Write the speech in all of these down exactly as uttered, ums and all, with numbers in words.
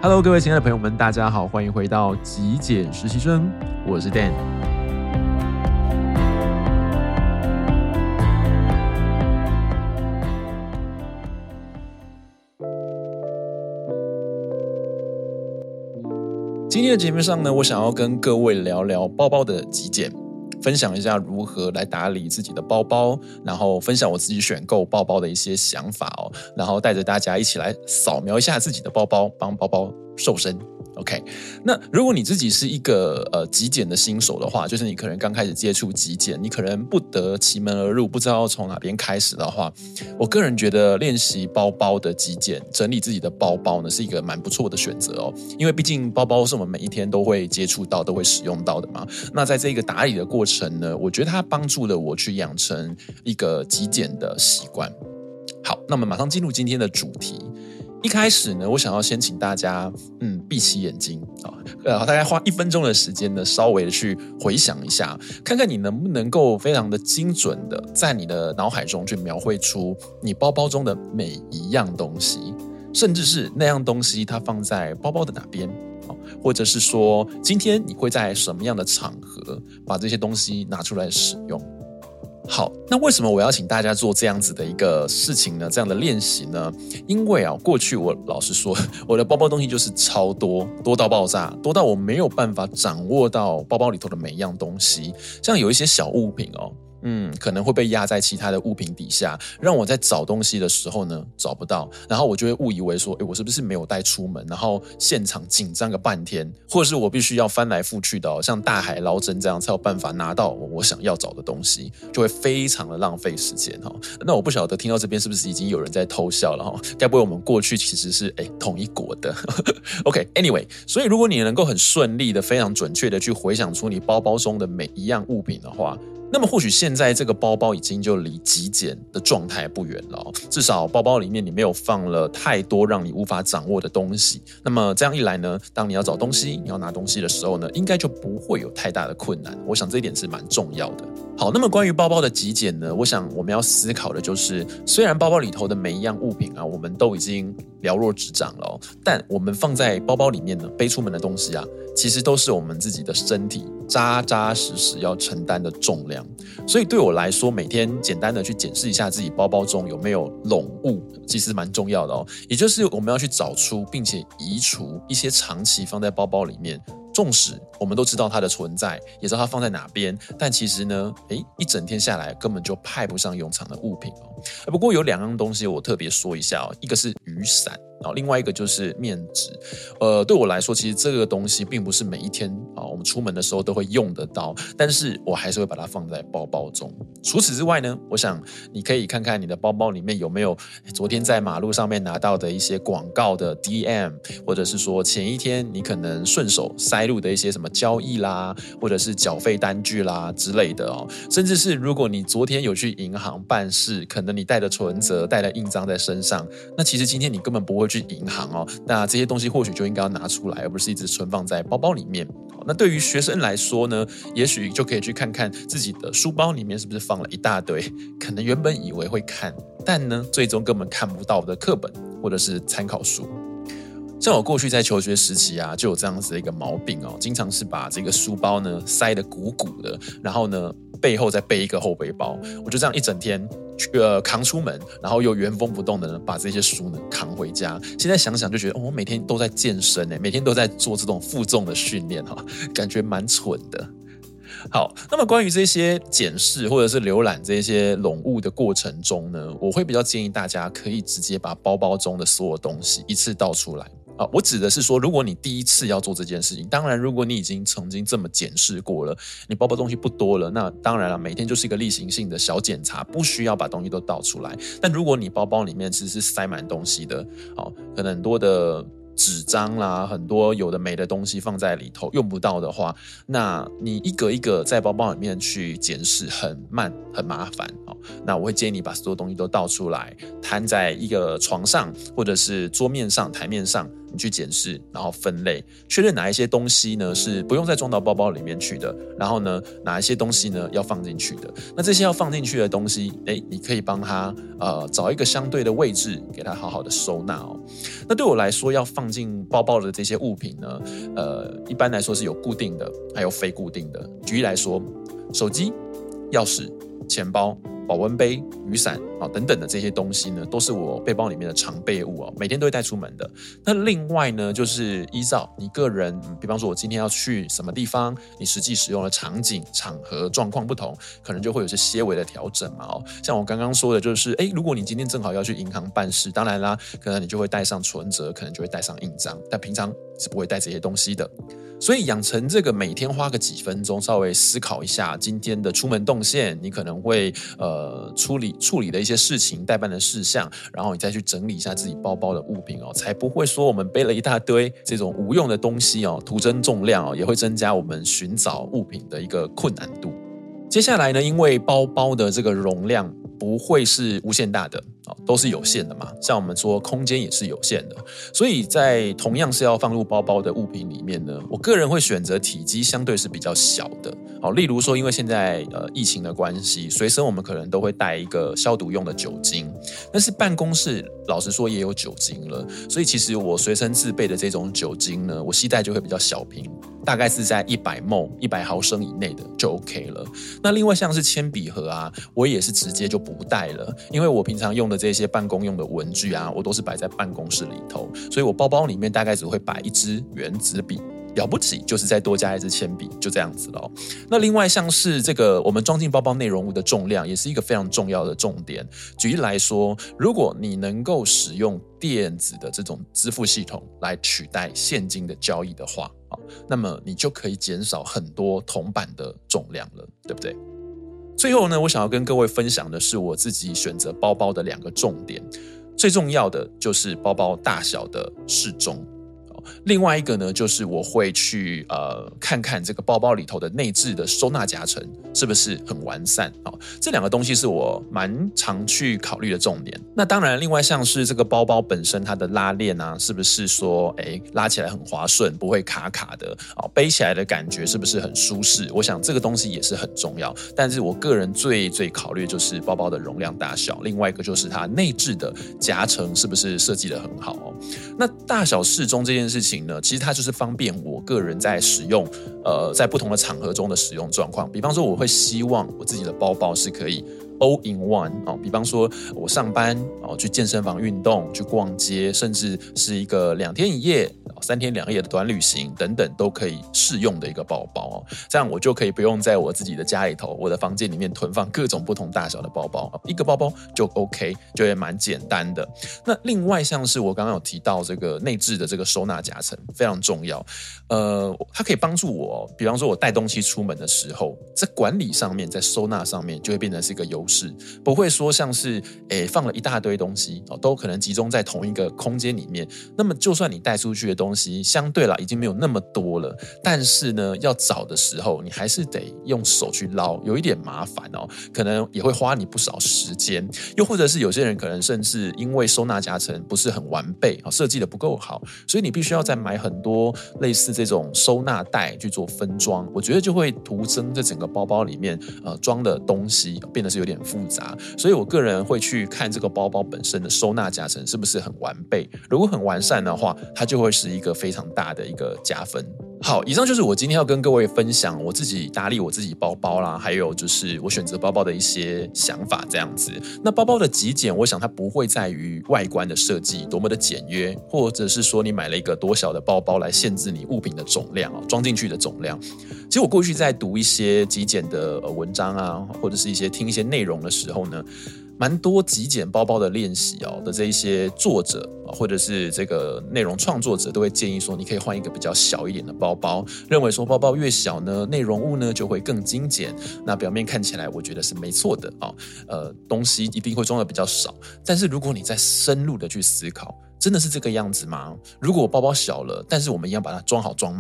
Hello， 各位亲爱的朋友们，大家好，欢迎回到极简实习生，我是 Dan。今天的节目上呢，我想要跟各位聊聊包包的极简，分享一下如何来打理自己的包包，然后分享我自己选购包包的一些想法哦，然后带着大家一起来扫描一下自己的包包，帮包包瘦身。OK， 那如果你自己是一个呃极简的新手的话，就是你可能刚开始接触极简，你可能不得其门而入，不知道从哪边开始的话，我个人觉得练习包包的极简，整理自己的包包呢，是一个蛮不错的选择哦。因为毕竟包包是我们每一天都会接触到、都会使用到的嘛。那在这个打理的过程呢，我觉得它帮助了我去养成一个极简的习惯。好，那我们马上进入今天的主题。一开始呢，我想要先请大家，嗯，闭起眼睛啊，呃，大概花一分钟的时间呢，稍微的去回想一下，看看你能不能够非常的精准的，在你的脑海中去描绘出你包包中的每一样东西，甚至是那样东西它放在包包的哪边，或者是说，今天你会在什么样的场合把这些东西拿出来使用。好，那为什么我要请大家做这样子的一个事情呢？这样的练习呢？因为啊，过去我老实说，我的包包东西就是超多，多到爆炸，多到我没有办法掌握到包包里头的每一样东西。像有一些小物品哦，嗯，可能会被压在其他的物品底下，让我在找东西的时候呢找不到，然后我就会误以为说，诶，我是不是没有带出门？然后现场紧张个半天，或者是我必须要翻来覆去的、哦，像大海捞针这样才有办法拿到我想要找的东西，就会非常的浪费时间哈、哦。那我不晓得听到这边是不是已经有人在偷笑了哈、哦？该不会我们过去其实是诶同一国的 ？OK，Anyway，、okay, 所以如果你能够很顺利的、非常准确的去回想出你包包中的每一样物品的话，那么或许现在这个包包已经就离极简的状态不远了、哦，至少包包里面你没有放了太多让你无法掌握的东西。那么这样一来呢，当你要找东西、你要拿东西的时候呢，应该就不会有太大的困难。我想这一点是蛮重要的。好，那么关于包包的极简呢，我想我们要思考的就是，虽然包包里头的每一样物品啊，我们都已经了若指掌了、哦，但我们放在包包里面呢，背出门的东西啊，其实都是我们自己的身体扎扎实实要承担的重量。所以对我来说，每天简单的去检视一下自己包包中有没有拢物，其实蛮重要的哦。也就是我们要去找出并且移除一些长期放在包包里面，纵使我们都知道它的存在，也知道它放在哪边，但其实呢，诶，一整天下来根本就派不上用场的物品哦。不过有两样东西我特别说一下哦，一个是雨伞，然后另外一个就是面纸。呃，对我来说，其实这个东西并不是每一天啊，我们出门的时候都会用得到，但是我还是会把它放在包包中。除此之外呢，我想你可以看看你的包包里面有没有昨天在马路上面拿到的一些广告的 D M， 或者是说前一天你可能顺手塞入的一些什么交易啦，或者是缴费单据啦之类的哦。甚至是如果你昨天有去银行办事，可能你带的存折、带的印章在身上，那其实今天你根本不会去银行哦，那这些东西或许就应该要拿出来，而不是一直存放在包包里面。那对于学生来说呢，也许就可以去看看自己的书包里面是不是放了一大堆可能原本以为会看，但呢最终根本看不到的课本或者是参考书。像我过去在求学时期啊，就有这样子的一个毛病哦，经常是把这个书包呢塞得鼓鼓的，然后呢背后再背一个后背包，我就这样一整天呃扛出门，然后又原封不动的把这些书呢扛回家。现在想想就觉得，哦，我每天都在健身耶，每天都在做这种负重的训练哈，感觉蛮蠢的。好，那么关于这些检视或者是浏览这些拢物的过程中呢，我会比较建议大家可以直接把包包中的所有东西一次倒出来。啊，我指的是说，如果你第一次要做这件事情，当然，如果你已经曾经这么检视过了，你包包东西不多了，那当然了，每天就是一个例行性的小检查，不需要把东西都倒出来。但如果你包包里面其实是塞满东西的，好，可能很多的纸张啦，很多有的没的东西放在里头用不到的话，那你一个一个在包包里面去检视很慢很麻烦。 那我会建议你把所有东西都倒出来，摊在一个床上或者是桌面上、台面上，你去检视，然后分类，确认哪一些东西呢是不用再装到包包里面去的，然后呢哪一些东西呢要放进去的。那这些要放进去的东西，哎，你可以帮他呃找一个相对的位置，给他好好的收纳哦。那对我来说，要放进包包的这些物品呢，呃，一般来说是有固定的，还有非固定的。举例来说，手机、钥匙、钱包、保温杯、雨伞啊等等的这些东西呢，都是我背包里面的常备物哦，每天都会带出门的。那另外呢，就是依照你个人，比方说我今天要去什么地方，你实际使用的场景、场合、状况不同，可能就会有些些微的调整嘛哦。像我刚刚说的，就是哎，如果你今天正好要去银行办事，当然啦，可能你就会带上存折，可能就会带上印章，但平常是不会带这些东西的。所以养成这个每天花个几分钟，稍微思考一下今天的出门动线，你可能会呃处理处理的一些事情、待办的事项，然后你再去整理一下自己包包的物品哦，才不会说我们背了一大堆这种无用的东西哦，徒增重量哦，也会增加我们寻找物品的一个困难度。接下来呢，因为包包的这个容量不会是无限大的，都是有限的嘛，像我们说空间也是有限的，所以在同样是要放入包包的物品里面呢，我个人会选择体积相对是比较小的。好，例如说因为现在呃疫情的关系，随身我们可能都会带一个消毒用的酒精，但是办公室老实说也有酒精了，所以其实我随身自备的这种酒精呢，我携带就会比较小瓶，大概是在一百 ml 一百毫升以内的就 OK 了。那另外像是铅笔盒啊，我也是直接就不带了，因为我平常用的这些办公用的文具啊，我都是摆在办公室里头，所以我包包里面大概只会摆一支原子笔，了不起就是再多加一支铅笔，就这样子咯。那另外像是这个我们装进包包内容物的重量，也是一个非常重要的重点。举例来说，如果你能够使用电子的这种支付系统来取代现金的交易的话，那么你就可以减少很多铜板的重量了，对不对？最后呢，我想要跟各位分享的是我自己选择包包的两个重点。最重要的就是包包大小的适中，另外一个呢，就是我会去呃看看这个包包里头的内置的收纳夹层是不是很完善啊、哦？这两个东西是我蛮常去考虑的重点。那当然，另外像是这个包包本身它的拉链啊，是不是说哎拉起来很滑顺，不会卡卡的啊、哦？背起来的感觉是不是很舒适？我想这个东西也是很重要。但是我个人最最考虑就是包包的容量大小，另外一个就是它内置的夹层是不是设计得很好哦？那大小适中这件事情呢，其实它就是方便我个人在使用，呃，在不同的场合中的使用状况。比方说，我会希望我自己的包包是可以 all in one 哦，比方说我上班哦，去健身房运动，去逛街，甚至是一个两天一夜、三天两夜的短旅行等等，都可以适用的一个包包哦。这样我就可以不用在我自己的家里头、我的房间里面囤放各种不同大小的包包，一个包包就 OK， 就也蛮简单的。那另外像是我刚刚有提到这个内置的这个收纳夹层非常重要，呃，它可以帮助我，比方说我带东西出门的时候，在管理上面，在收纳上面就会变成是一个优势，不会说像是诶放了一大堆东西、哦、都可能集中在同一个空间里面。那么就算你带出去的东西相对啦已经没有那么多了，但是呢要找的时候你还是得用手去捞，有一点麻烦哦，可能也会花你不少时间。又或者是有些人可能甚至因为收纳夹层不是很完备，设计的不够好，所以你必须要再买很多类似这种收纳袋去做分装，我觉得就会徒增这整个包包里面呃装的东西变得是有点复杂。所以我个人会去看这个包包本身的收纳夹层是不是很完备，如果很完善的话，它就会是一个非常大的一个加分。好，以上就是我今天要跟各位分享我自己打理我自己包包啦，还有就是我选择包包的一些想法这样子。那包包的极简，我想它不会在于外观的设计多么的简约，或者是说你买了一个多小的包包来限制你物品的总量哦，装进去的总量。其实我过去在读一些极简的文章啊，或者是一些听一些内容的时候呢，蛮多极简包包的练习哦的这一些作者或者是这个内容创作者都会建议说，你可以换一个比较小一点的包包，认为说包包越小呢，内容物呢就会更精简。那表面看起来我觉得是没错的啊、哦，呃，东西一定会装的比较少。但是如果你再深入的去思考，真的是这个样子吗？如果我包包小了，但是我们一样把它装好装满，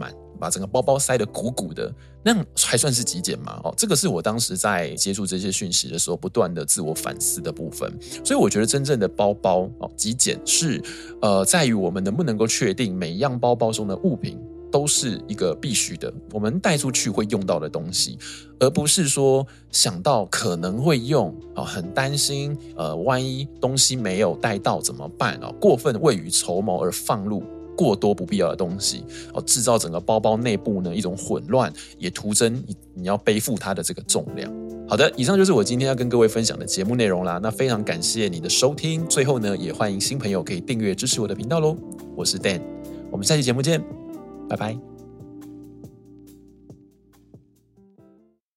把整个包包塞得鼓鼓的，那样还算是极简吗？哦，这个是我当时在接触这些讯息的时候不断的自我反思的部分。所以我觉得真正的包包哦，极简是呃在于我们能不能够确定每一样包包中的物品都是一个必须的，我们带出去会用到的东西，而不是说想到可能会用，很担心呃万一东西没有带到怎么办，过分未雨绸缪而放入过多不必要的东西，制造整个包包内部呢一种混乱，也徒增你你要背负它的这个重量。好的，以上就是我今天要跟各位分享的节目内容啦。那非常感谢你的收听，最后呢也欢迎新朋友可以订阅支持我的频道咯。我是 Dan， 我们下期节目见，拜拜。